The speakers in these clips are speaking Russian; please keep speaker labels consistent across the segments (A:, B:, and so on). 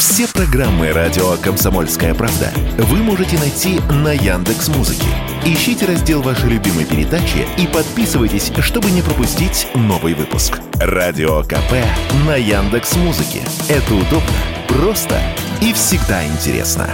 A: Все программы радио «Комсомольская правда» вы можете найти на Яндекс.Музыке. Ищите раздел вашей любимой передачи и подписывайтесь, чтобы не пропустить новый выпуск. Радио КП на Яндекс.Музыке. Это удобно, просто и всегда интересно.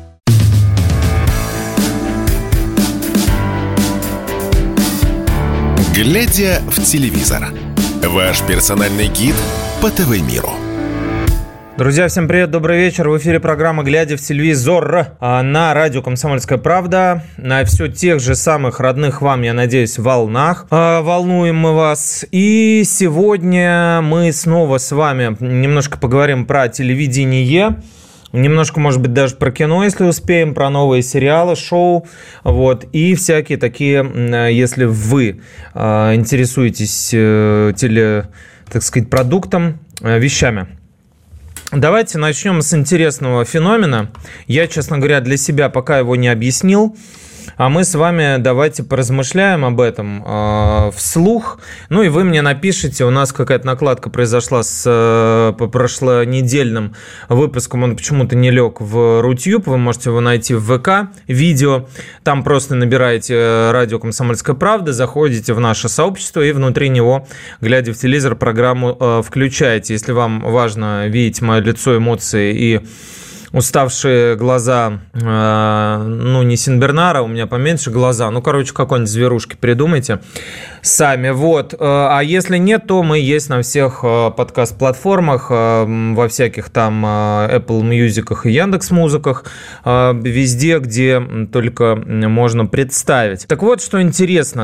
A: Глядя в телевизор. Ваш персональный гид по ТВ-миру.
B: Друзья, всем привет, добрый вечер. В эфире программа «Глядя в телевизор» на радио «Комсомольская правда». На все тех же самых родных вам, я надеюсь, волнах. Волнуем мы вас. И сегодня мы снова с вами немножко поговорим про телевидение. Немножко, может быть, даже про кино, если успеем, про новые сериалы, шоу, вот, и всякие такие, если вы интересуетесь так сказать, продуктом, вещами. Давайте начнем с интересного феномена. Я, честно говоря, для себя пока его не объяснил. А мы с вами давайте поразмышляем об этом вслух. Ну и вы мне напишите. У нас какая-то накладка произошла с прошлонедельным выпуском. Он почему-то не лег в Рутюб. Вы можете его найти в ВК видео. Там просто набираете радио «Комсомольская правда», заходите в наше сообщество и внутри него, глядя в телевизор, программу включаете. Если вам важно видеть мое лицо, эмоции и уставшие глаза, не Синбернара, у меня поменьше глаза. Какой-нибудь зверушки придумайте сами. Вот. А если нет, то мы есть на всех подкаст-платформах, во всяких там Apple Music'ах и Яндекс.Музыках, везде, где только можно представить. Так вот, что интересно.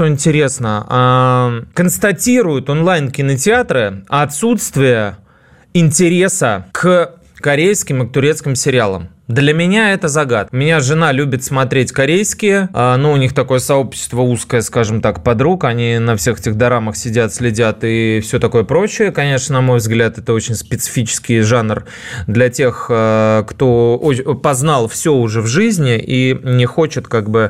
B: Констатируют онлайн-кинотеатры отсутствие интереса к корейским и к турецким сериалам. Для меня это загадка. Меня жена любит смотреть корейские, у них такое сообщество узкое, скажем так, подруг, они на всех этих дорамах сидят, следят и все такое прочее. Конечно, на мой взгляд, это очень специфический жанр для тех, кто познал все уже в жизни и не хочет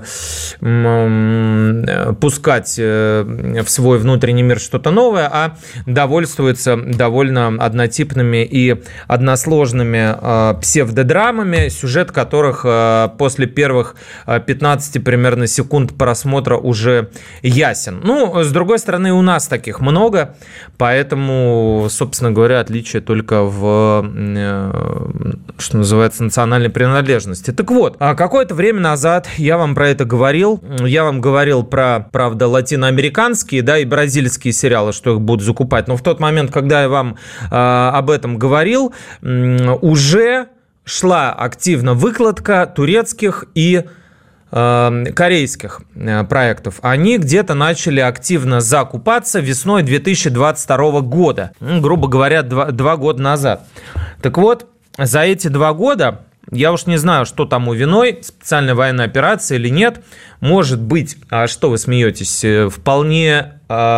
B: пускать в свой внутренний мир что-то новое, а довольствуется довольно однотипными и односложными псевдодрамами, сюжет которых после первых 15 примерно секунд просмотра уже ясен. С другой стороны, у нас таких много, поэтому, собственно говоря, отличие только в, что называется, национальной принадлежности. Так вот, какое-то время назад я вам про это говорил. Я вам говорил про, правда, латиноамериканские, и бразильские сериалы, что их будут закупать. Но в тот момент, когда я вам об этом говорил, уже шла активно выкладка турецких и корейских проектов. Они где-то начали активно закупаться весной 2022 года. Грубо говоря, 2 года назад. Так вот, за эти 2 года, я уж не знаю, что тому виной, специальная военная операция или нет, может быть, что вы смеетесь, вполне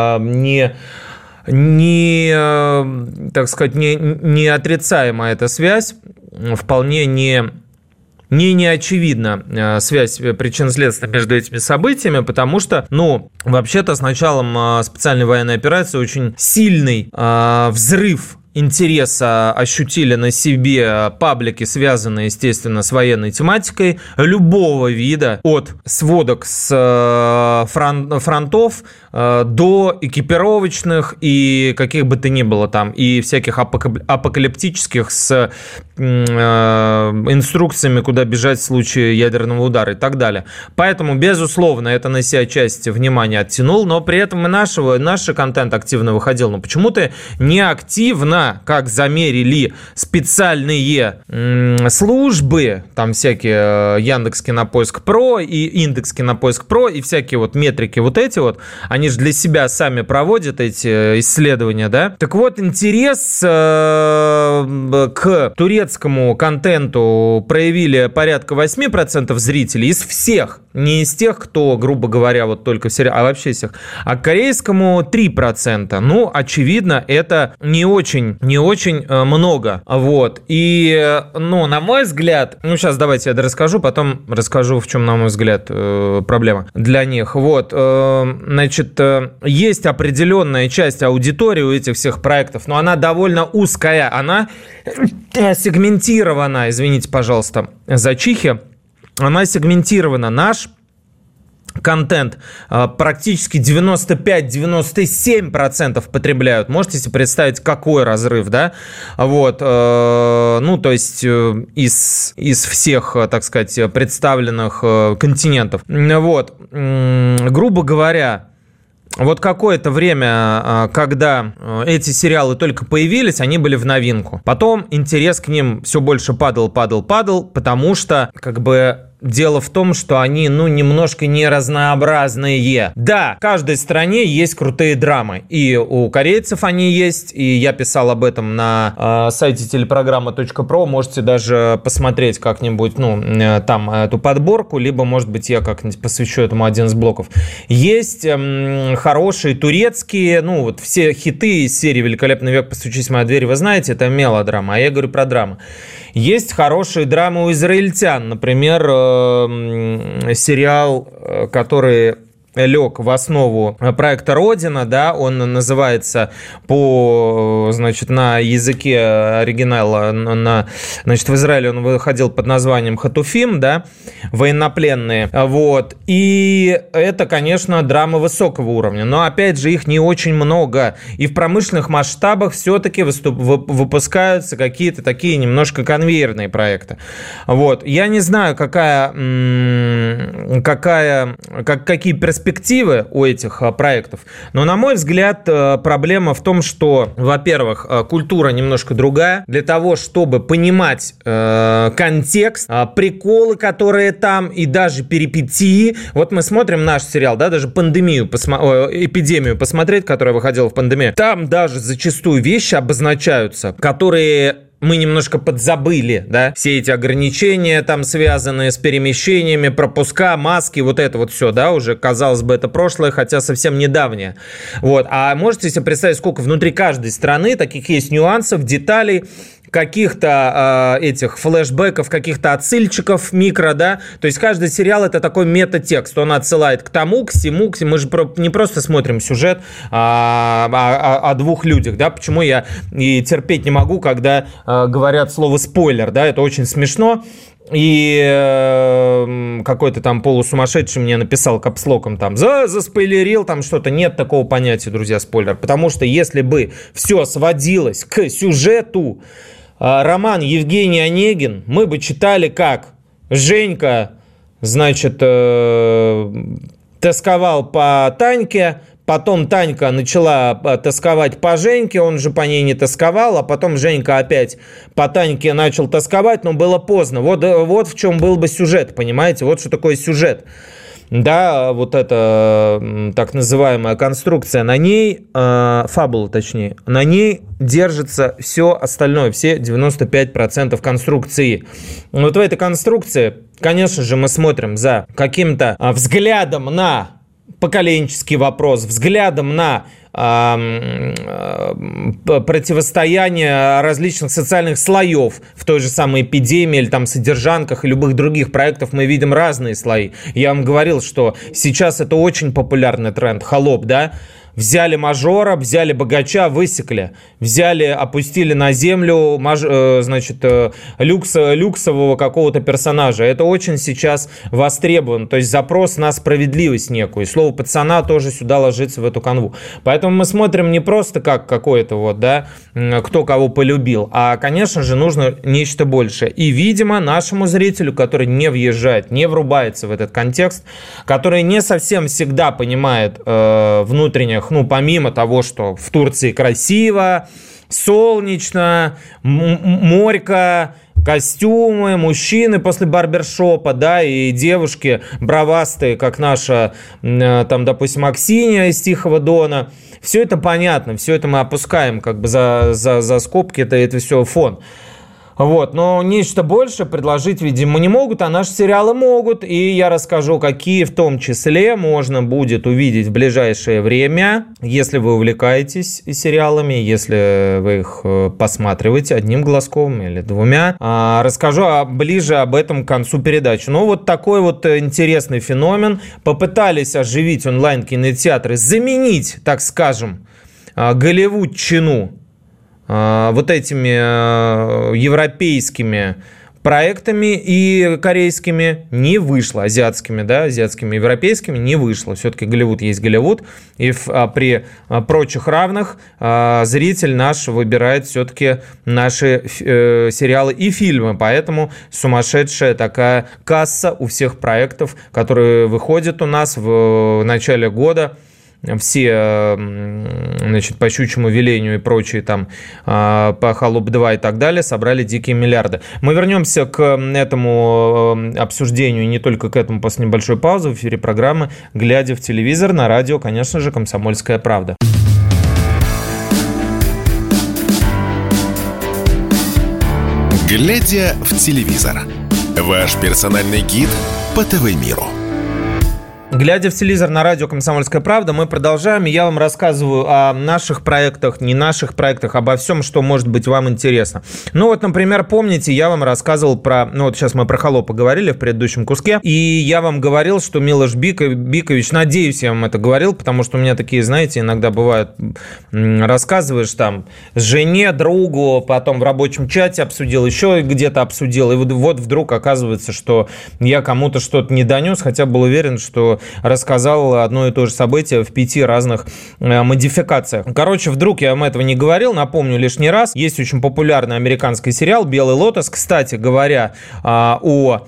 B: так сказать, не отрицаемая эта связь, вполне не очевидна связь причинно-следственная между этими событиями, потому что, вообще-то с началом специальной военной операции очень сильный взрыв интереса ощутили на себе паблики, связанные, естественно, с военной тематикой любого вида, от сводок с фронтов до экипировочных и каких бы то ни было там, и всяких апокалиптических с инструкциями, куда бежать в случае ядерного удара и так далее. Поэтому, безусловно, это на себя часть внимания оттянул, но при этом и наш контент активно выходил. Но почему-то не активно, как замерили специальные службы, там всякие Яндекс Кинопоиск Про и Индекс Кинопоиск Про и всякие метрики эти они же для себя сами проводят эти исследования, да? Так вот, интерес к турецкому контенту проявили порядка 8% зрителей из всех, не из тех, кто, грубо говоря, только в сериале, а вообще всех, а к корейскому 3%. Очевидно, это не очень не очень много. Вот. И, на мой взгляд, сейчас давайте я расскажу, потом расскажу, в чем, на мой взгляд, проблема для них. Вот. Значит, есть определенная часть аудитории у этих всех проектов, но она довольно узкая, она сегментирована, извините, пожалуйста, за чихи, она сегментирована. Наш контент практически 95-97% потребляют. Можете себе представить, какой разрыв, да? Вот, то есть из всех, так сказать, представленных континентов. Вот, грубо говоря, вот какое-то время, когда эти сериалы только появились, они были в новинку. Потом интерес к ним все больше падал, потому что, дело в том, что они, немножко не разнообразные. Да, в каждой стране есть крутые драмы. И у корейцев они есть, и я писал об этом на сайте телепрограмма.про. Можете даже посмотреть как-нибудь, там эту подборку, либо, может быть, я как-нибудь посвящу этому один из блоков. Есть хорошие турецкие, все хиты из серии «Великолепный век. Постучись в мою дверь», вы знаете, это мелодрама, а я говорю про драму. Есть хорошие драмы у израильтян, например, сериал, который лег в основу проекта «Родина», да, он называется на языке оригинала, в Израиле он выходил под названием «Хатуфим», да, военнопленные, вот, и это, конечно, драма высокого уровня, но, опять же, их не очень много, и в промышленных масштабах все-таки выпускаются какие-то такие немножко конвейерные проекты, вот, я не знаю, какие перспективы у этих проектов. Но, на мой взгляд, проблема в том, что, во-первых, культура немножко другая. Для того, чтобы понимать контекст, приколы, которые там, и даже перипетии. Вот мы смотрим наш сериал, да, даже эпидемию посмотреть, которая выходила в пандемию. Там даже зачастую вещи обозначаются, которые мы немножко подзабыли, да, все эти ограничения там связанные с перемещениями, пропуска, маски, вот это вот все, да, уже, казалось бы, это прошлое, хотя совсем недавнее. Вот, а можете себе представить, сколько внутри каждой страны таких есть нюансов, деталей, каких-то этих флешбеков, каких-то отсыльчиков микро, да, то есть каждый сериал это такой метатекст, он отсылает к тому, к сему, мы же не просто смотрим сюжет о двух людях, да, почему я и терпеть не могу, когда говорят слово спойлер, да, это очень смешно. И какой-то там полусумасшедший мне написал капслоком там заспойлерил, там что-то. Нет такого понятия, друзья, спойлер. Потому что если бы все сводилось к сюжету, роман Евгений Онегин мы бы читали как Женька, значит, тосковал по Таньке, потом Танька начала тосковать по Женьке, он же по ней не тосковал, а потом Женька опять по Таньке начал тосковать, но было поздно. Вот в чем был бы сюжет, понимаете? Вот что такое сюжет. Да, вот эта так называемая конструкция, на ней, фабула точнее, на ней держится все остальное, все 95% конструкции. Вот в этой конструкции, конечно же, мы смотрим за каким-то взглядом на поколенческий вопрос, взглядом на противостояние различных социальных слоев в той же самой эпидемии или там содержанках и любых других проектов мы видим разные слои. Я вам говорил, что сейчас это очень популярный тренд, холоп, да? Взяли мажора, взяли богача, высекли. Взяли, опустили на землю, значит, люксового какого-то персонажа. Это очень сейчас востребовано. То есть запрос на справедливость некую. И слово пацана тоже сюда ложится в эту канву. Поэтому мы смотрим не просто как какой-то вот, да, кто кого полюбил, а, конечно же, нужно нечто большее. И, видимо, нашему зрителю, который не въезжает, не врубается в этот контекст, который не совсем всегда понимает внутренних, помимо того, что в Турции красиво, солнечно, морька, костюмы, мужчины после барбершопа, да, и девушки бровастые, как наша, там, допустим, Аксинья из Тихого Дона. Все это понятно, все это мы опускаем как бы за скобки, это все фон. Вот, но нечто больше предложить, видимо, не могут, а наши сериалы могут. И я расскажу, какие в том числе можно будет увидеть в ближайшее время, если вы увлекаетесь сериалами, если вы их посматриваете одним глазком или двумя. Расскажу ближе об этом к концу передачи. Ну, вот такой вот интересный феномен. Попытались оживить онлайн-кинотеатры, заменить, так скажем, голливудчину вот этими европейскими проектами и корейскими не вышло, азиатскими, европейскими не вышло. Все-таки Голливуд есть Голливуд, и при прочих равных зритель наш выбирает все-таки наши сериалы и фильмы, поэтому сумасшедшая такая касса у всех проектов, которые выходят у нас в начале года. Все, значит, по щучьему велению и прочие там по Холоп 2 и так далее собрали дикие миллиарды. Мы вернемся к этому обсуждению, не только к этому, после небольшой паузы в эфире программы «Глядя в телевизор» на радио, конечно же, «Комсомольская правда».
A: «Глядя в телевизор» – ваш персональный гид по ТВ-миру.
B: Глядя в телевизор на радио «Комсомольская правда», мы продолжаем. Я вам рассказываю о наших проектах, не наших проектах, обо всем, что может быть вам интересно. Ну вот, например, помните, я вам рассказывал про... Ну вот сейчас мы про «Холопа» говорили в предыдущем куске. И я вам говорил, что Милош Бикович, надеюсь, я вам это говорил, потому что у меня такие, знаете, иногда бывают, рассказываешь там жене, другу, потом в рабочем чате обсудил, еще где-то обсудил. И вот вдруг оказывается, что я кому-то что-то не донес, хотя был уверен, что рассказал одно и то же событие в 5 разных модификациях. Короче, вдруг я вам этого не говорил, напомню лишний раз. Есть очень популярный американский сериал «Белый лотос». Кстати, говоря о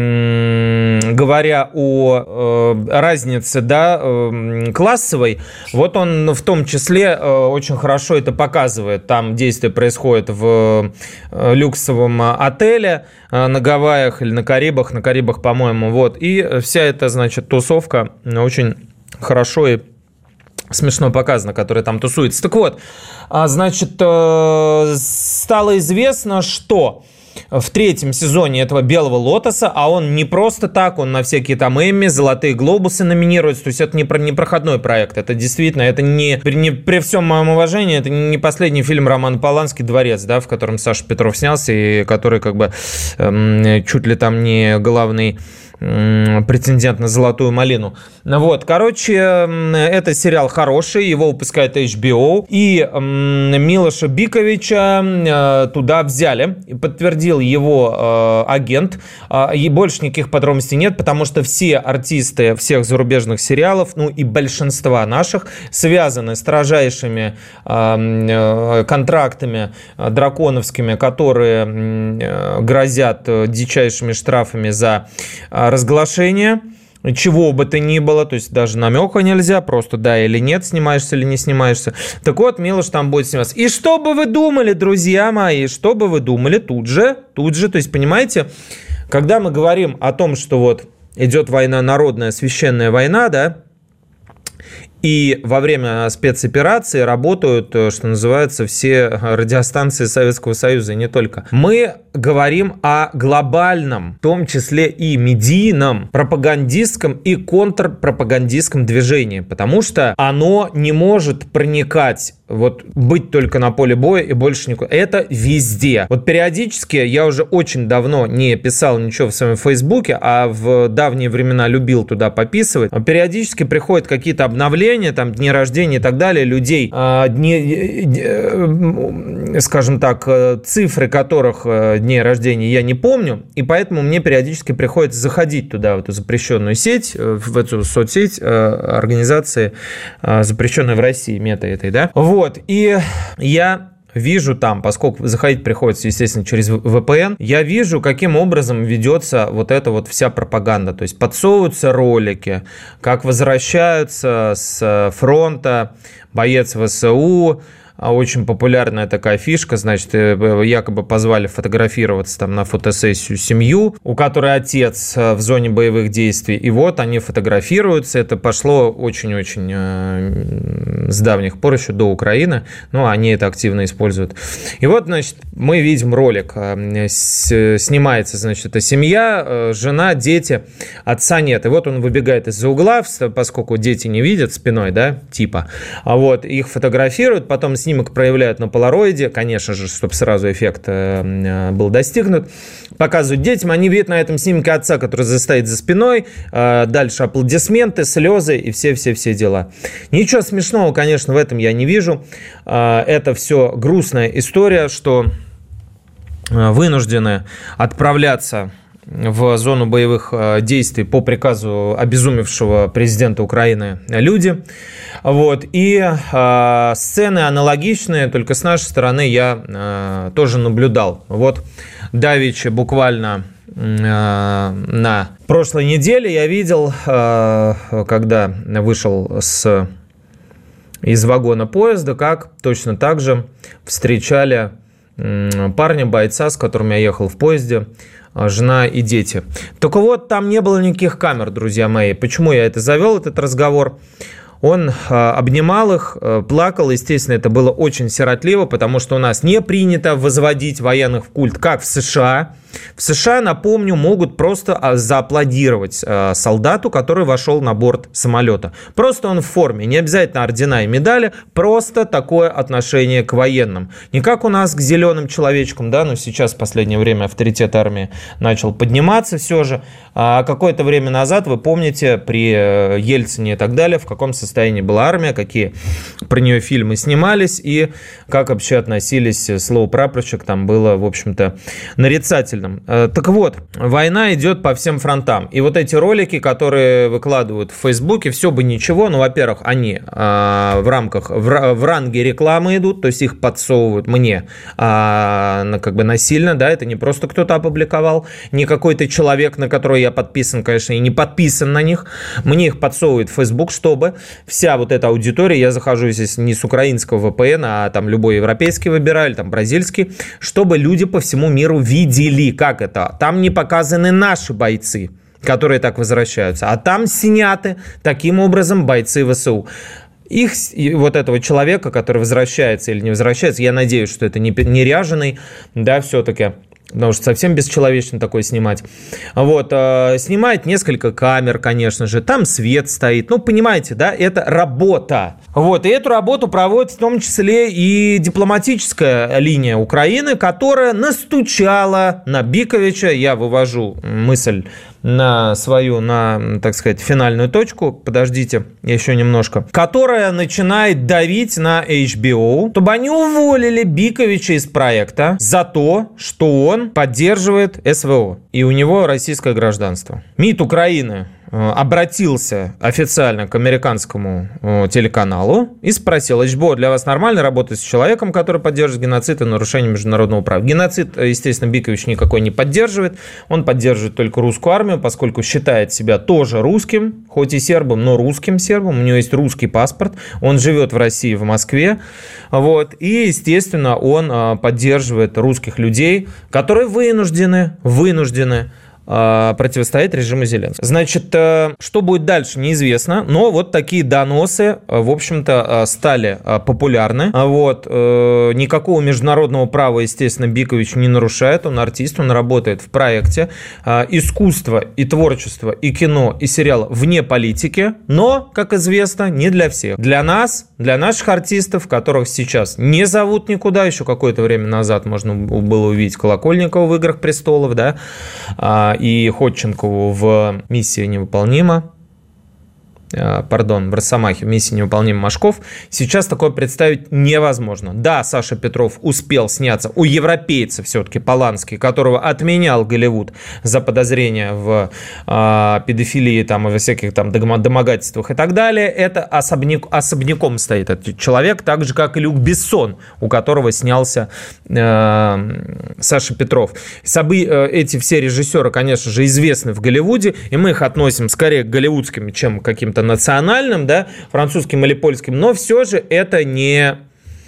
B: разнице, классовой, вот он в том числе очень хорошо это показывает. Там действие происходит в люксовом отеле на Гавайях или на Карибах, по-моему, вот. И вся эта, значит, тусовка очень хорошо и смешно показано, которая там тусуется. Так вот, значит, стало известно, что в 3-м сезоне этого «Белого лотоса», а он не просто так, он на всякие там Эмми, «Золотые глобусы» номинируется, то есть это не проходной проект, это действительно, это не при всем моем уважении, это не последний фильм Романа Полански «Дворец», да, в котором Саша Петров снялся, и который как бы чуть ли там не главный претендент на «Золотую малину». Вот, короче, это сериал хороший, его выпускает HBO, и Милоша Биковича туда взяли, и подтвердил его агент, и больше никаких подробностей нет, потому что все артисты всех зарубежных сериалов, ну и большинства наших, связаны с строжайшими контрактами драконовскими, которые грозят дичайшими штрафами за разглашение чего бы то ни было, то есть даже намека нельзя, просто да или нет, снимаешься или не снимаешься. Так вот, Милош там будет сниматься. И что бы вы думали, друзья мои, что бы вы думали тут же, то есть, понимаете, когда мы говорим о том, что вот идет война народная, священная война, да, и во время спецоперации работают, что называется, все радиостанции Советского Союза, и не только. Мы говорим о глобальном, в том числе и медийном, пропагандистском и контрпропагандистском движении, потому что оно не может проникать, вот быть только на поле боя и больше никуда. Это везде. Вот периодически, я уже очень давно не писал ничего в своем Фейсбуке, а в давние времена любил туда пописывать. Периодически приходят какие-то обновления, там, дни рождения и так далее, людей, скажем так, цифры которых дней рождения я не помню, и поэтому мне периодически приходится заходить туда, в эту запрещенную сеть, в эту соцсеть организации, запрещенной в России, мета этой, да. Вот, и я вижу там, поскольку заходить приходится, естественно, через VPN, я вижу, каким образом ведется вот эта вот вся пропаганда. То есть подсовываются ролики, как возвращаются с фронта боец ВСУ, очень популярная такая фишка, значит, якобы позвали фотографироваться там на фотосессию семью, у которой отец в зоне боевых действий, и вот они фотографируются, это пошло очень-очень с давних пор, еще до Украины, но они это активно используют. И вот, значит, мы видим ролик, снимается, значит, эта семья, жена, дети, отца нет, и вот он выбегает из-за угла, поскольку дети не видят спиной, да, типа, вот, их фотографируют, потом снимок проявляют на полароиде, конечно же, чтобы сразу эффект был достигнут, показывают детям, они видят на этом снимке отца, который стоит за спиной, дальше аплодисменты, слезы и все-все-все дела. Ничего смешного, конечно, в этом я не вижу, это все грустная история, что вынуждены отправляться в зону боевых действий по приказу обезумевшего президента Украины люди. Вот. И сцены аналогичные, только с нашей стороны я тоже наблюдал. Вот давеча буквально на прошлой неделе я видел, когда вышел из вагона поезда, как точно так же встречали парня-бойца, с которым я ехал в поезде, жена и дети. Только вот там не было никаких камер, друзья мои. Почему я это завел, этот разговор? Он обнимал их, плакал. Естественно, это было очень сиротливо, потому что у нас не принято возводить военных в культ, как в США. В США, напомню, могут просто зааплодировать солдату, который вошел на борт самолета. Просто он в форме, не обязательно ордена и медали, просто такое отношение к военным. Не как у нас к зеленым человечкам, да, но сейчас в последнее время авторитет армии начал подниматься все же. А какое-то время назад, вы помните, при Ельцине и так далее, в каком состоянии была армия, какие про нее фильмы снимались и как вообще относились, слово «прапорщик» там было, в общем-то, нарицательно. Так вот, война идет по всем фронтам. И вот эти ролики, которые выкладывают в Фейсбуке, все бы ничего, но, во-первых, они в ранге рекламы идут, то есть их подсовывают мне как бы насильно, да, это не просто кто-то опубликовал, не какой-то человек, на которого я подписан, конечно, и не подписан на них, мне их подсовывает Facebook, чтобы вся вот эта аудитория, я захожу здесь не с украинского VPN, а там любой европейский выбираю, или там бразильский, чтобы люди по всему миру видели, как это. Там не показаны наши бойцы, которые так возвращаются, а там сняты таким образом бойцы ВСУ. Их, вот этого человека, который возвращается или не возвращается, я надеюсь, что это не ряженый, да, все-таки, потому что совсем бесчеловечно такое снимать. Вот, снимает несколько камер, конечно же, там свет стоит, ну, понимаете, да, это работа. Вот, и эту работу проводит в том числе и дипломатическая линия Украины, которая настучала на Биковича, я вывожу мысль на свою, так сказать, финальную точку, подождите, еще немножко, которая начинает давить на HBO, чтобы они уволили Биковича из проекта за то, что он поддерживает СВО, и у него российское гражданство. МИД Украины обратился официально к американскому телеканалу и спросил: HBO, для вас нормально работать с человеком, который поддерживает геноцид и нарушение международного права? Геноцид, естественно, Бикович никакой не поддерживает, он поддерживает только русскую армию, поскольку считает себя тоже русским, хоть и сербом, но русским сербом, у него есть русский паспорт, он живет в России, в Москве, вот, и, естественно, он поддерживает русских людей, которые вынуждены противостоять режиму Зеленского. Значит, что будет дальше, неизвестно, но вот такие доносы, в общем-то, стали популярны. Вот. Никакого международного права, естественно, Бикович не нарушает, он артист, он работает в проекте. Искусство и творчество, и кино, и сериал вне политики, но, как известно, не для всех. Для нас, для наших артистов, которых сейчас не зовут никуда, еще какое-то время назад можно было увидеть Колокольникова в «Играх престолов», да, и Ходченкову в «Миссия невыполнима», в «Росомахе», в «Миссии невыполнима» Машков, сейчас такое представить невозможно. Да, Саша Петров успел сняться у европейца все-таки Полански, которого отменял Голливуд за подозрения в педофилии там, и во всяких там домогательствах и так далее. Это особняком стоит этот человек, так же, как и Люк Бессон, у которого снялся Саша Петров. Эти все режиссеры, конечно же, известны в Голливуде, и мы их относим скорее к голливудским, чем к каким-то национальным, да, французским или польским, но все же это не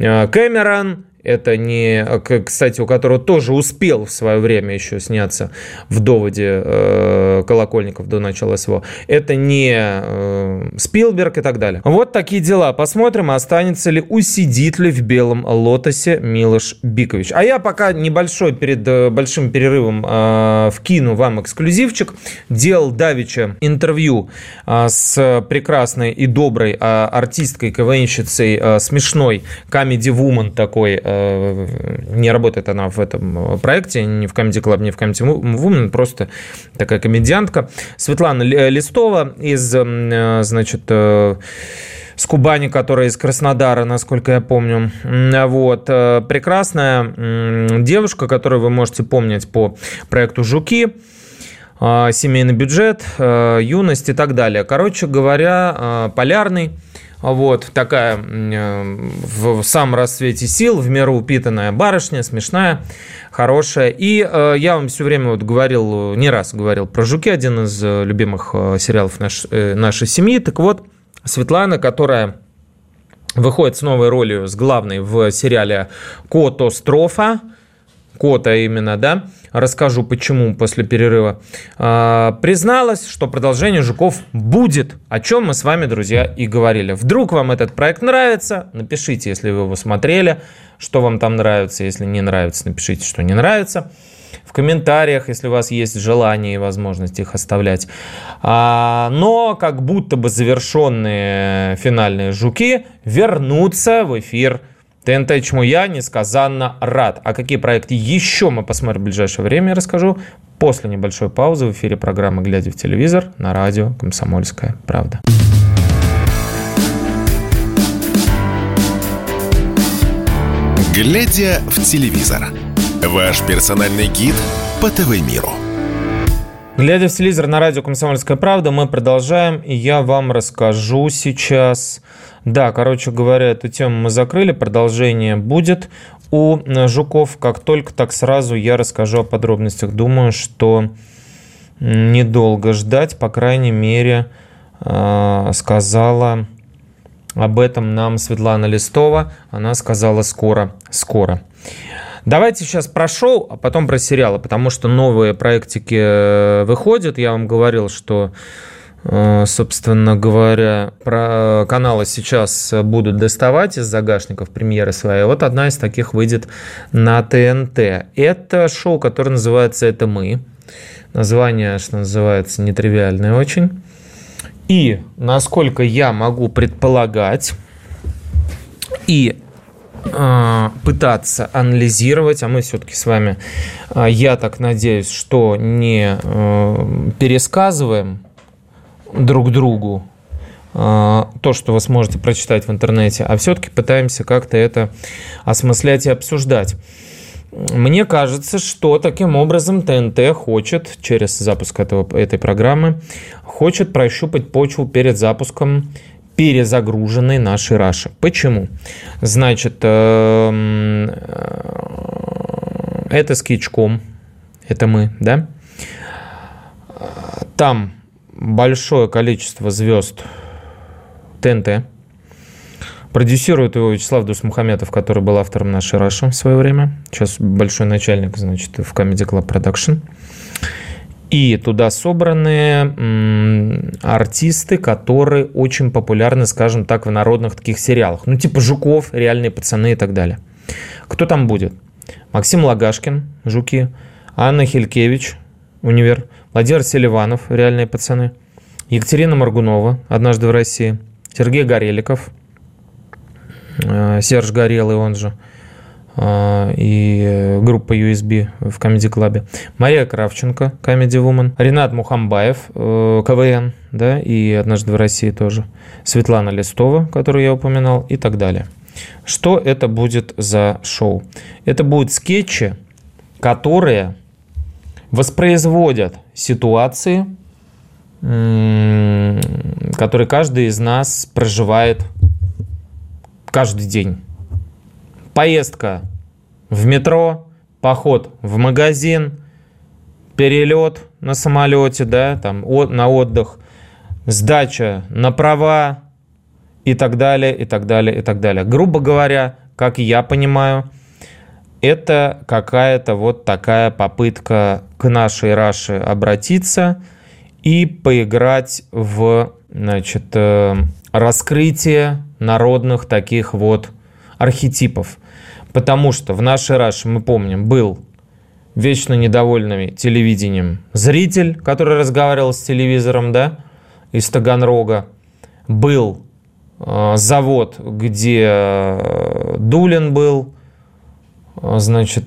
B: Кэмерон, это не, кстати, у которого тоже успел в свое время еще сняться в «Доводе» Колокольников до начала СВО. Это не Спилберг и так далее. Вот такие дела. Посмотрим, останется ли, усидит ли в «Белом лотосе» Милош Бикович. А я пока небольшой, перед большим перерывом вкину вам эксклюзивчик. Делал давеча интервью с прекрасной и доброй артисткой, КВНщицей, смешной, comedy-woman такой. Не работает она в этом проекте, ни в Comedy Club, ни в Comedy Woman, просто такая комедиантка. Светлана Листова из, значит, с Кубани, которая из Краснодара, насколько я помню. Вот. Прекрасная девушка, которую вы можете помнить по проекту «Жуки», «Семейный бюджет», «Юность» и так далее. Короче говоря, полярный. Вот, такая в самом расцвете сил, в меру упитанная барышня, смешная, хорошая. И я вам все время вот говорил, не раз говорил про «Жуки», один из любимых сериалов нашей семьи. Так вот, Светлана, которая выходит с новой ролью, с главной в сериале «Котострофа», Кота именно, да, расскажу почему после перерыва, призналась, что продолжение «Жуков» будет, о чем мы с вами, друзья, и говорили. Вдруг вам этот проект нравится, напишите, если вы его смотрели, что вам там нравится, если не нравится, напишите, что не нравится. В комментариях, если у вас есть желание и возможность их оставлять. Но как будто бы завершенные финальные «Жуки» вернутся в эфир ТНТ, чему я несказанно рад. А какие проекты еще мы посмотрим в ближайшее время, я расскажу после небольшой паузы в эфире программы «Глядя в телевизор» на радио «Комсомольская правда».
A: «Глядя в телевизор» – ваш персональный гид по ТВ-миру.
B: Глядя в телевизор на радио «Комсомольская правда», мы продолжаем, и я вам расскажу сейчас. Да, короче говоря, эту тему мы закрыли, продолжение будет у «Жуков». Как только, так сразу я расскажу о подробностях. Думаю, что недолго ждать, по крайней мере, сказала об этом нам Светлана Листова. Она сказала скоро. Давайте сейчас про шоу, а потом про сериалы, потому что новые проектики выходят. Я вам говорил, что, собственно говоря, про каналы сейчас будут доставать из загашников премьеры свои. Вот одна из таких выйдет на ТНТ. Это шоу, которое называется «Это мы». Название, что называется, нетривиальное очень. И, насколько я могу предполагать и пытаться анализировать, а мы все-таки с вами, я так надеюсь, что не пересказываем друг другу то, что вы сможете прочитать в интернете, а все-таки пытаемся как-то это осмыслять и обсуждать. Мне кажется, что таким образом ТНТ хочет, через запуск этой программы, хочет прощупать почву перед запуском перезагруженной нашей Раши. Почему? Значит, это с Кичком, это мы, да? Там большое количество звезд ТНТ. Продюсирует его Вячеслав Дусмухаметов, который был автором нашей Раши в свое время. Сейчас большой начальник, значит, в Comedy Club Production. И туда собраны артисты, которые очень популярны, скажем так, в народных таких сериалах. Ну, типа «Жуков», «Реальные пацаны» и так далее. Кто там будет? Максим Лагашкин, «Жуки», Анна Хилькевич, «Универ», Владимир Селиванов, «Реальные пацаны», Екатерина Моргунова, «Однажды в России», Сергей Гореликов, Серж Горелый, он же, и группа USB в Comedy Club, Мария Кравченко, Comedy Woman, Ренат Мухамбаев, КВН, да, и «Однажды в России» тоже, Светлана Листова, которую я упоминал, и так далее. Что это будет за шоу? Это будут скетчи, которые воспроизводят ситуации, которые каждый из нас проживает каждый день. Поездка в метро, поход в магазин, перелет на самолете, да, там, на отдых, сдача на права и так далее, и так далее, и так далее. Грубо говоря, как я понимаю, это какая-то вот такая попытка к нашей Раше обратиться и поиграть в, значит, раскрытие народных таких вот архетипов. Потому что в нашей Раше, мы помним, был вечно недовольный телевидением зритель, который разговаривал с телевизором, да, из Таганрога. Был завод, где Дулин был, значит,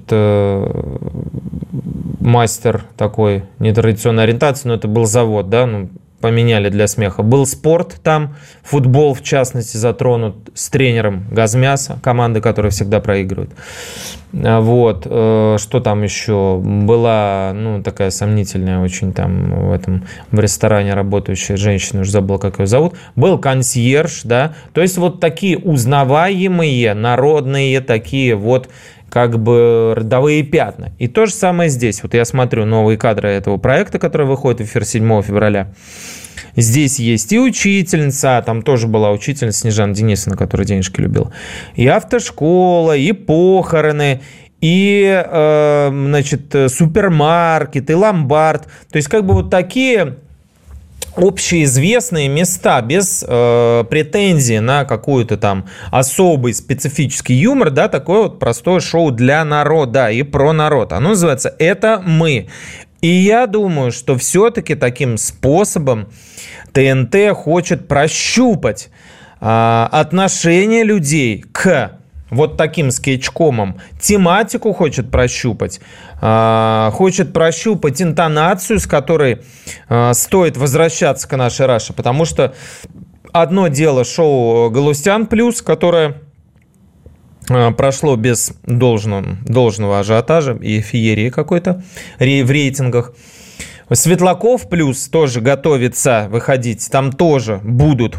B: мастер такой нетрадиционной ориентации, но это был завод, да, ну, поменяли для смеха. Был спорт там, футбол, в частности, затронут с тренером Газмяса, команды, которая всегда проигрывает. Вот. Что там еще? Была, ну, такая сомнительная очень там в ресторане работающая женщина, уже забыла, как ее зовут. Был консьерж, да. То есть вот такие узнаваемые, народные такие вот как бы родовые пятна. И то же самое здесь. Вот я смотрю новые кадры этого проекта, который выходит в эфир 7 февраля. Здесь есть и учительница, там тоже была учительница Снежана Денисовна, которая денежки любила, и автошкола, и похороны, и, значит, супермаркет, и ломбард. То есть как бы вот такие общеизвестные места, без претензий на какой-то там особый специфический юмор, да, такое вот простое шоу для народа и про народ. Оно называется «Это мы». И я думаю, что все-таки таким способом ТНТ хочет прощупать отношение людей к вот таким скетчкомам, тематику хочет прощупать интонацию, с которой стоит возвращаться к нашей Раше, потому что одно дело шоу «Галустян плюс», которое прошло без должного ажиотажа и феерии какой-то в рейтингах. «Светлаков плюс» тоже готовится выходить, там тоже будут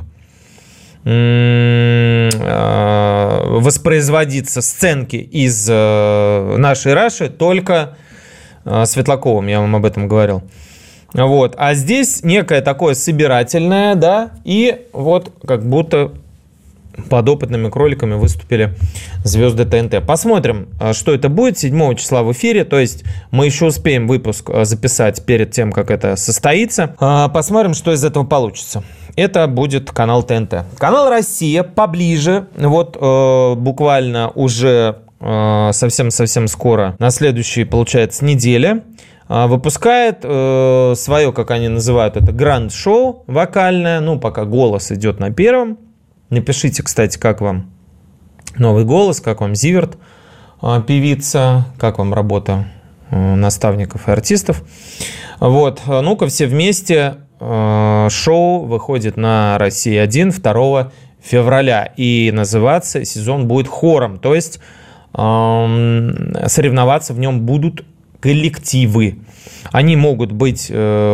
B: воспроизводиться сценки из нашей Раши, только Светлаковым, я вам об этом говорил. Вот. А здесь некое такое собирательное, да, и вот как будто подопытными кроликами выступили звезды ТНТ. Посмотрим, что это будет 7 числа в эфире, то есть мы еще успеем выпуск записать перед тем, как это состоится. Посмотрим, что из этого получится. Это будет канал ТНТ. Канал «Россия» поближе, вот буквально уже совсем-совсем скоро, на следующей, получается, неделе, выпускает свое, как они называют это, гранд-шоу вокальное, ну, пока голос идет на первом. Напишите, кстати, как вам новый голос, как вам Зиверт, певица, как вам работа наставников и артистов. Вот, ну-ка все вместе. Шоу выходит на «Россия-1» 2 февраля. И называться сезон будет хором. То есть соревноваться в нем будут коллективы. Они могут быть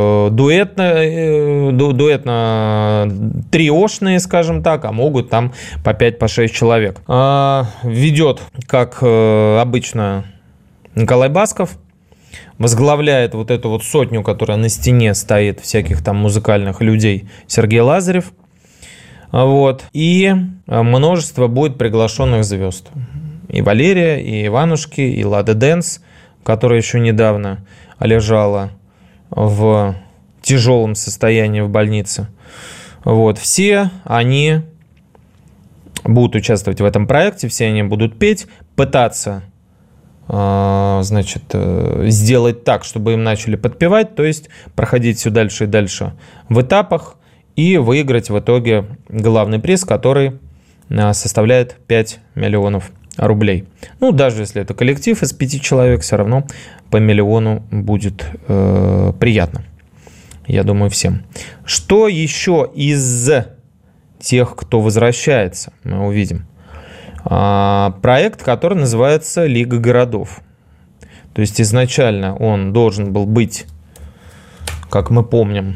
B: дуэтно-триошные, скажем так, а могут там по 5-6 человек. Ведет, как обычно, Николай Басков. Возглавляет вот эту вот сотню, которая на стене стоит, всяких там музыкальных людей, Сергей Лазарев. Вот. И множество будет приглашенных звезд. И Валерия, и Иванушки, и Лада Дэнс, которая еще недавно лежала в тяжелом состоянии в больнице. Вот. Все они будут участвовать в этом проекте, все они будут петь, пытаться, значит, сделать так, чтобы им начали подпевать, то есть проходить все дальше и дальше в этапах и выиграть в итоге главный приз, который составляет 5 миллионов рублей. Ну, даже если это коллектив из 5 человек, все равно по миллиону будет приятно. Я думаю, всем. Что еще из тех, кто возвращается, мы увидим. Проект, который называется «Лига городов». То есть изначально он должен был быть, как мы помним,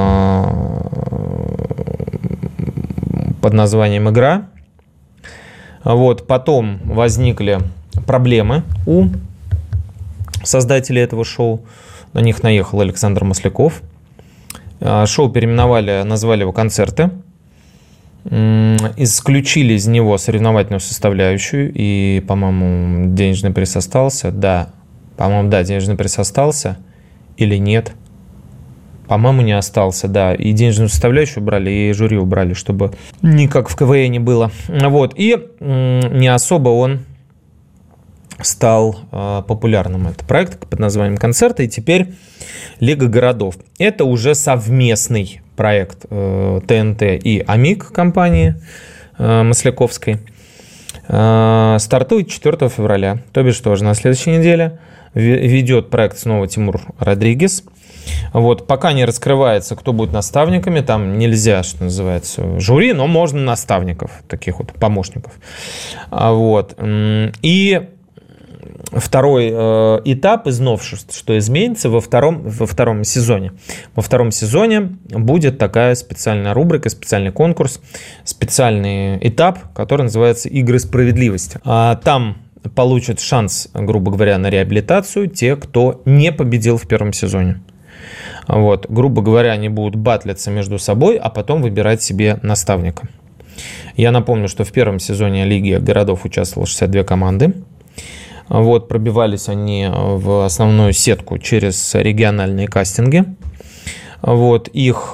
B: под названием «Игра». Вот, потом возникли проблемы у создателей этого шоу. На них наехал Александр Масляков. Шоу переименовали, назвали его «Концерты». исключили из него соревновательную составляющую, и, по-моему, денежный приз остался. Да, по-моему, да, денежный приз остался или нет. По-моему, не остался, да. И денежную составляющую убрали, и жюри убрали, чтобы не как в КВН не было. Вот. И не особо он стал популярным. Это проект под названием «Концерты», и теперь «Лига городов». Это уже совместный проект ТНТ и АМИК компании Масляковской. Стартует 4 февраля, то бишь тоже на следующей неделе. Ведет проект снова Тимур Родригес. Вот, пока не раскрывается, кто будет наставниками, там нельзя, что называется, жюри, но можно наставников, таких вот помощников. Вот. И второй этап из новшеств, что изменится во втором сезоне. Во втором сезоне будет такая специальная рубрика, специальный конкурс, специальный этап, который называется «Игры справедливости». Там получат шанс, грубо говоря, на реабилитацию те, кто не победил в первом сезоне. Вот, грубо говоря, они будут батлиться между собой, а потом выбирать себе наставника. Я напомню, что в первом сезоне Лиги городов участвовало 62 команды. Вот, пробивались они в основную сетку через региональные кастинги. Вот, их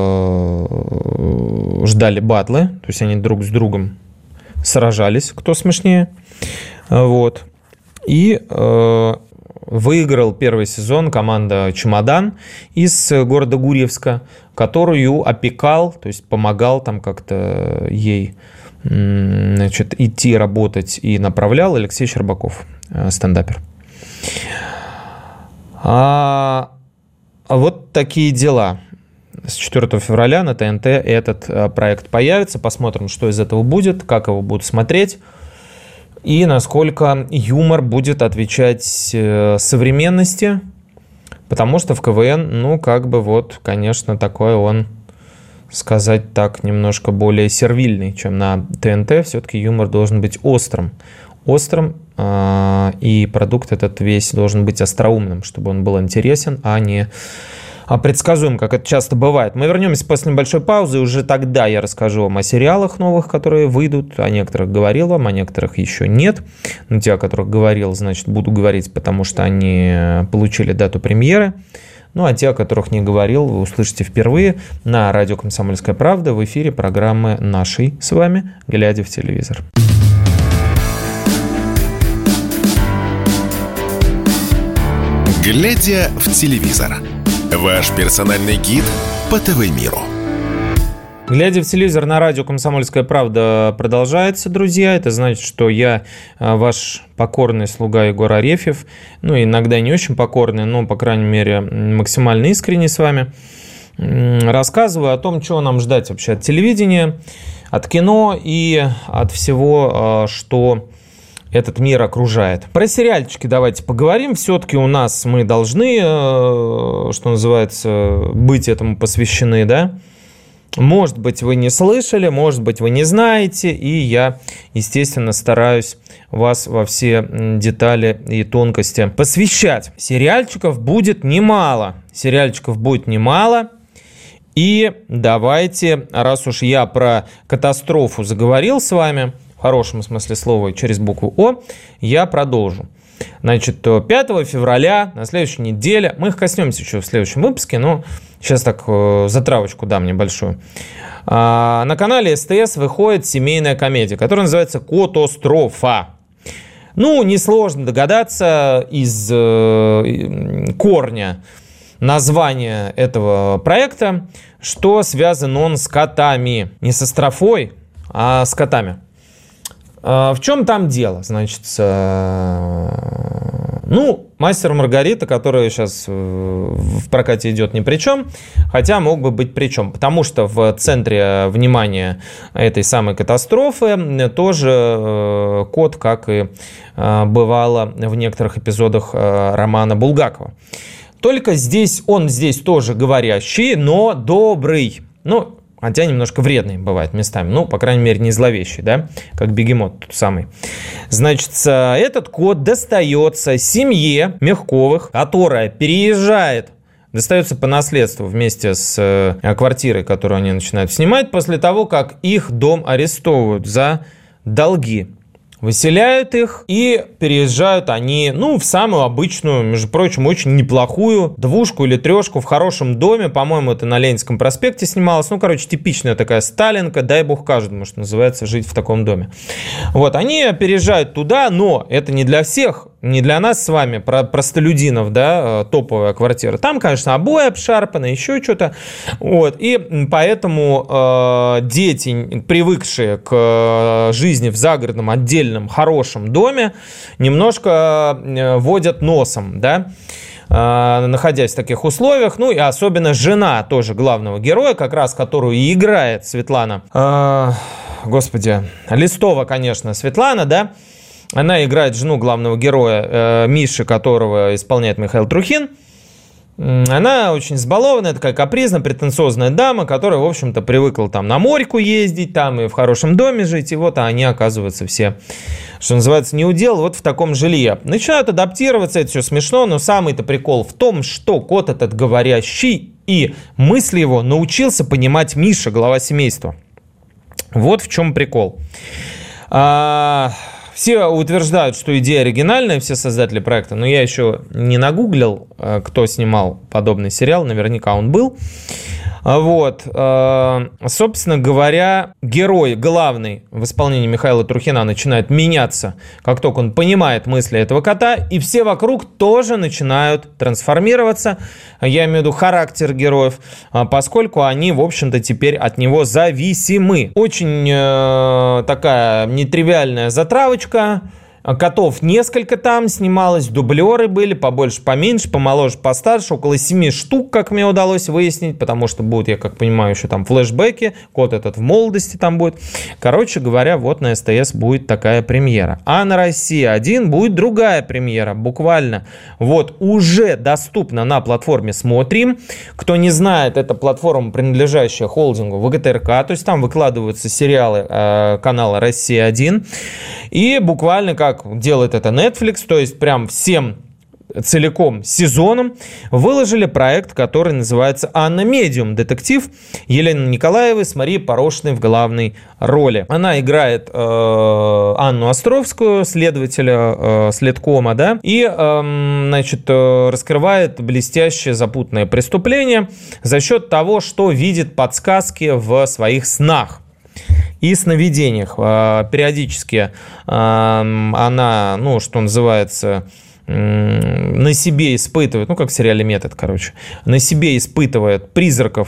B: ждали батлы, то есть они друг с другом сражались, кто смешнее. Вот. И выиграл первый сезон команда «Чемодан» из города Гурьевска, которую опекал, то есть помогал там как-то ей, значит, идти работать и направлял Алексей Щербаков, стендапер. Вот такие дела. С 4 февраля на ТНТ этот проект появится. Посмотрим, что из этого будет, как его будут смотреть. И насколько юмор будет отвечать современности, потому что в КВН, ну, как бы вот, конечно, такой он, сказать так, немножко более сервильный, чем на ТНТ. Все-таки юмор должен быть острым, и продукт этот весь должен быть остроумным, чтобы он был интересен, а не предсказуем, как это часто бывает. Мы вернемся после небольшой паузы, и уже тогда я расскажу вам о сериалах новых, которые выйдут. О некоторых говорил вам, о некоторых еще нет. Но те, о которых говорил, значит, буду говорить, потому что они получили дату премьеры. Ну, а те, о которых не говорил, вы услышите впервые на радио «Комсомольская правда» в эфире программы нашей с вами «Глядя в телевизор».
A: «Глядя в телевизор». Ваш персональный гид по ТВ-миру.
B: «Глядя в телевизор» на радио «Комсомольская правда» продолжается, друзья. Это значит, что я ваш покорный слуга Егор Арефьев. Ну, иногда не очень покорный, но, по крайней мере, максимально искренний с вами. Рассказываю о том, чего нам ждать вообще от телевидения, от кино и от всего, что этот мир окружает. Про сериальчики давайте поговорим. Все-таки у нас мы должны, что называется, быть этому посвящены, да? Может быть, вы не слышали, может быть, вы не знаете, и я, естественно, стараюсь вас во все детали и тонкости посвящать. Сериальчиков будет немало. И давайте, раз уж я про катастрофу заговорил с вами, в хорошем смысле слова, через букву О, я продолжу. Значит, 5 февраля, на следующей неделе, мы их коснемся еще в следующем выпуске, но сейчас так затравочку дам небольшую. На канале СТС выходит семейная комедия, которая называется «Котострофа». Ну, несложно догадаться из корня названия этого проекта, что связан он с котами. Не со строфой, а с котами. В чем там дело? Значит, «Мастер и Маргарита», который сейчас в прокате идет ни при чем, хотя мог бы быть при чем, потому что в центре внимания этой самой катастрофы тоже кот, как и бывало в некоторых эпизодах романа Булгакова. Только здесь он тоже говорящий, но добрый. Хотя немножко вредный бывает местами. По крайней мере, не зловещий, да? Как бегемот тот самый. Значит, этот кот достается семье Мягковых, которая переезжает достается по наследству вместе с квартирой, которую они начинают снимать, после того, как их дом арестовывают за долги. Выселяют их, и переезжают они, в самую обычную, между прочим, очень неплохую двушку или трешку в хорошем доме. По-моему, это на Ленинском проспекте снималось. типичная такая сталинка, дай бог каждому, что называется, жить в таком доме. Вот, они переезжают туда, но это не для всех, не для нас с вами, простолюдинов, да, топовая квартира. Там, конечно, обои обшарпаны, еще что-то. Вот, и поэтому дети, привыкшие к жизни в загородном отдельном хорошем доме, немножко водят носом, да, находясь в таких условиях. И особенно жена тоже главного героя, как раз которую и играет Светлана, Листова, конечно, Светлана, да. Она играет жену главного героя, Миши, которого исполняет Михаил Трухин. Она очень избалованная, такая капризная, претенциозная дама, которая, в общем-то, привыкла там на морьку ездить, там и в хорошем доме жить, и вот они оказываются все, что называется, неудел, вот в таком жилье. Начинают адаптироваться, это все смешно, но самый-то прикол в том, что кот этот говорящий, и мысли его научился понимать Миша, глава семейства. Вот в чем прикол. Все утверждают, что идея оригинальная, все создатели проекта, но я еще не нагуглил, кто снимал подобный сериал, наверняка он был. Вот, собственно говоря, герой главный в исполнении Михаила Трухина начинает меняться, как только он понимает мысли этого кота, и все вокруг тоже начинают трансформироваться, я имею в виду характер героев, поскольку они, в общем-то, теперь от него зависимы. Очень такая нетривиальная затравочка. Котов несколько там снималось, дублеры были, побольше, поменьше, помоложе, постарше, около 7 штук, как мне удалось выяснить, потому что будут, я как понимаю, еще там флешбеки, кот этот в молодости там будет. Короче говоря, вот на СТС будет такая премьера. А на Россия-1 будет другая премьера, буквально. Вот уже доступна на платформе «Смотрим». Кто не знает, это платформа, принадлежащая холдингу ВГТРК, то есть там выкладываются сериалы канала «Россия-1». И буквально как делает это Netflix, то есть прям всем целиком сезоном, выложили проект, который называется «Анна Медиум. Детектив» Елены Николаевой с Марией Порошиной в главной роли. Она играет Анну Островскую, следователя следкома, да, и, раскрывает блестящее запутанное преступление за счет того, что видит подсказки в своих снах и сновидениях. Периодически она, что называется, на себе испытывает, как в сериале «Метод», на себе испытывает призраков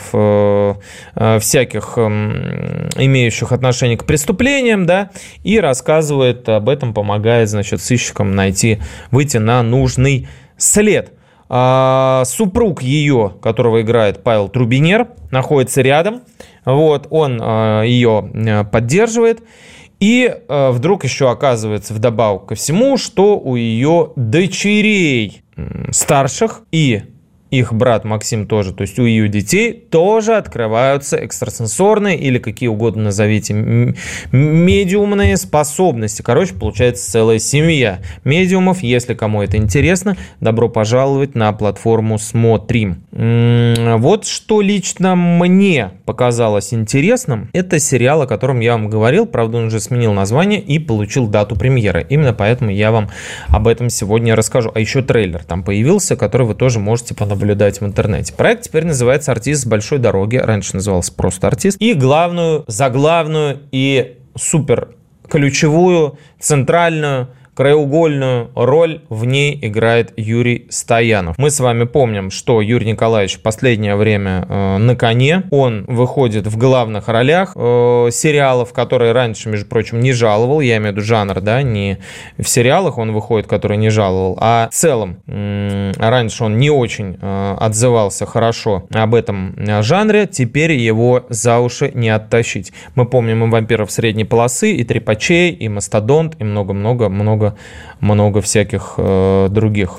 B: всяких, имеющих отношение к преступлениям, да, и рассказывает об этом, помогает, сыщикам выйти на нужный след. Супруг ее, которого играет Павел Трубинер, находится рядом. Вот, он ее поддерживает. И вдруг еще оказывается вдобавок ко всему, что у ее дочерей старших и их брат Максим тоже, то есть у ее детей тоже открываются экстрасенсорные или какие угодно назовите медиумные способности. Получается целая семья медиумов. Если кому это интересно, добро пожаловать на платформу «Смотрим». Вот что лично мне показалось интересным, это сериал, о котором я вам говорил, правда он уже сменил название и получил дату премьеры. Именно поэтому я вам об этом сегодня расскажу. А еще трейлер там появился, который вы тоже можете наблюдать в интернете. Проект теперь называется «Артист с большой дороги». Раньше назывался просто «Артист». И главную, заглавную и супер ключевую, центральную, краеугольную роль в ней играет Юрий Стоянов. Мы с вами помним, что Юрий Николаевич в последнее время на коне. Он выходит в главных ролях сериалов, которые раньше, между прочим, не жаловал. Я имею в виду жанр, да, не в сериалах он выходит, которые не жаловал, а в целом раньше он не очень отзывался хорошо об этом жанре. Теперь его за уши не оттащить. Мы помним и «Вампиров средней полосы», и «Трепачей», и «Мастодонт», и много всяких других.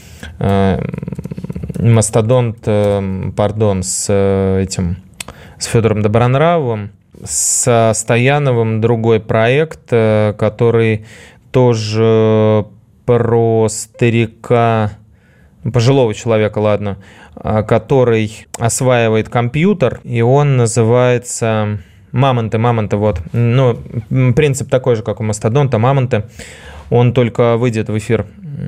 B: Мастодонт, с Федором Добронравовым, со Стояновым другой проект, который тоже про старика, пожилого человека, ладно, который осваивает компьютер, и он называется «Мамонты», вот. Ну, принцип такой же, как у Мастодонта, «Мамонты». Он только выйдет в эфир,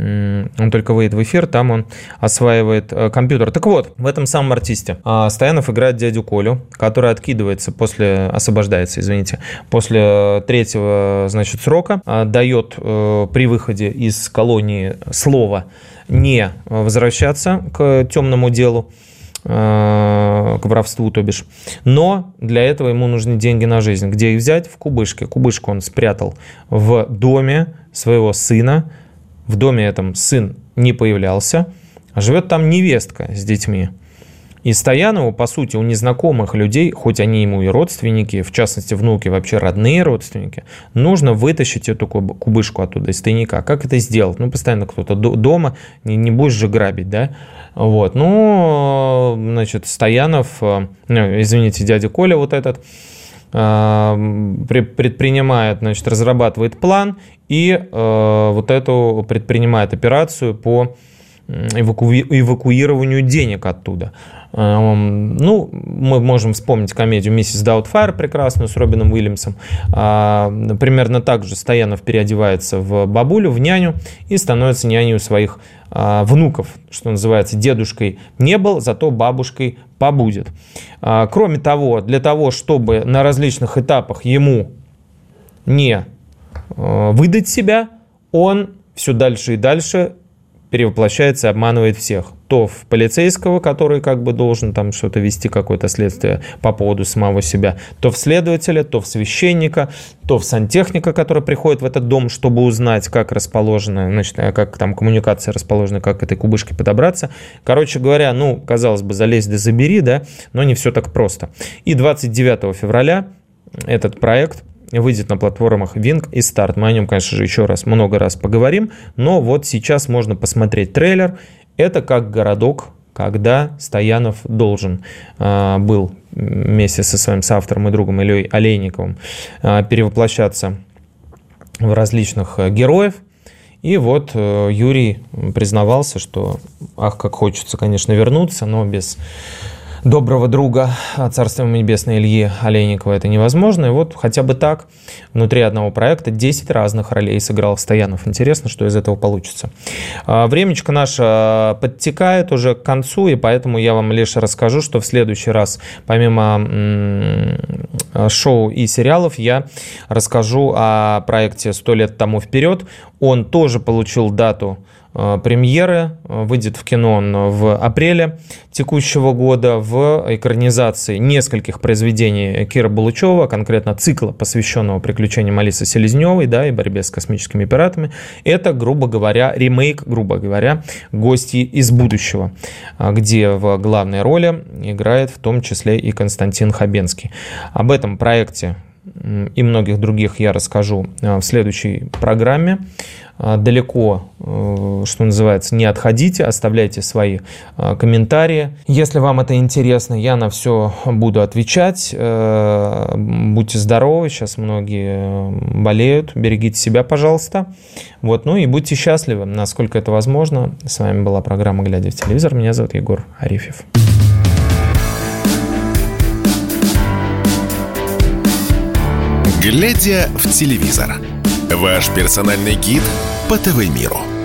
B: там он осваивает компьютер. Так вот, в этом самом артисте Стоянов играет дядю Колю, который освобождается после 3-го, значит, срока, дает при выходе из колонии слово не возвращаться к темному делу, к воровству, то бишь. Но для этого ему нужны деньги на жизнь. Где их взять? В кубышке. Кубышку он спрятал в доме своего сына. В доме этом сын не появлялся. Живет там невестка с детьми. И Стоянову, по сути, у незнакомых людей, хоть они ему и родственники, в частности, внуки, вообще родные родственники, нужно вытащить эту кубышку оттуда, из тайника. Как это сделать? Ну, постоянно кто-то дома, не будешь же грабить, да? Вот, значит, Стоянов, дядя Коля вот этот, предпринимает, значит, разрабатывает план и вот эту предпринимает операцию по эвакуированию денег оттуда. Ну, мы можем вспомнить комедию «Миссис Даутфайр» прекрасную с Робином Уильямсом. Примерно так же Стоянов переодевается в бабулю, в няню и становится няней своих внуков, что называется, дедушкой не был, зато бабушкой побудет. Кроме того, для того, чтобы на различных этапах ему не выдать себя, он все дальше и дальше перевоплощается и обманывает всех. То в полицейского, который как бы должен там что-то вести, какое-то следствие по поводу самого себя, то в следователя, то в священника, то в сантехника, который приходит в этот дом, чтобы узнать, как расположена, значит, как там коммуникация расположена, как к этой кубышке подобраться. Короче говоря, ну, казалось бы, залезь да забери, да, но не все так просто. И 29 февраля этот проект выйдет на платформах Wink и Start. Мы о нем, конечно же, много раз поговорим, но вот сейчас можно посмотреть трейлер. Это как городок, когда Стоянов должен был вместе со своим соавтором и другом Ильей Олейниковым перевоплощаться в различных героев. И вот Юрий признавался, что как хочется, конечно, вернуться, но без доброго друга, царство ему небесное, Ильи Олейникова, это невозможно. И вот хотя бы так внутри одного проекта 10 разных ролей сыграл Стоянов. Интересно, что из этого получится. Времечко наше подтекает уже к концу, и поэтому я вам лишь расскажу, что в следующий раз, помимо шоу и сериалов, я расскажу о проекте «100 лет тому вперед». Он тоже получил дату премьеры, выйдет в кино он в апреле текущего года в экранизации нескольких произведений Киры Булычева, конкретно цикла, посвященного приключениям Алисы Селезневой, да, и борьбе с космическими пиратами. Это, грубо говоря, ремейк, «Гости из будущего», где в главной роли играет в том числе и Константин Хабенский. Об этом проекте и многих других я расскажу в следующей программе. Далеко, что называется, не отходите, оставляйте свои комментарии. Если вам это интересно, я на все буду отвечать. Будьте здоровы, сейчас многие болеют, берегите себя, пожалуйста. Вот, ну и будьте счастливы, насколько это возможно. С вами была программа «Глядя в телевизор». Меня зовут Егор Арефьев.
A: «Глядя в телевизор» – ваш персональный гид по ТВ-миру.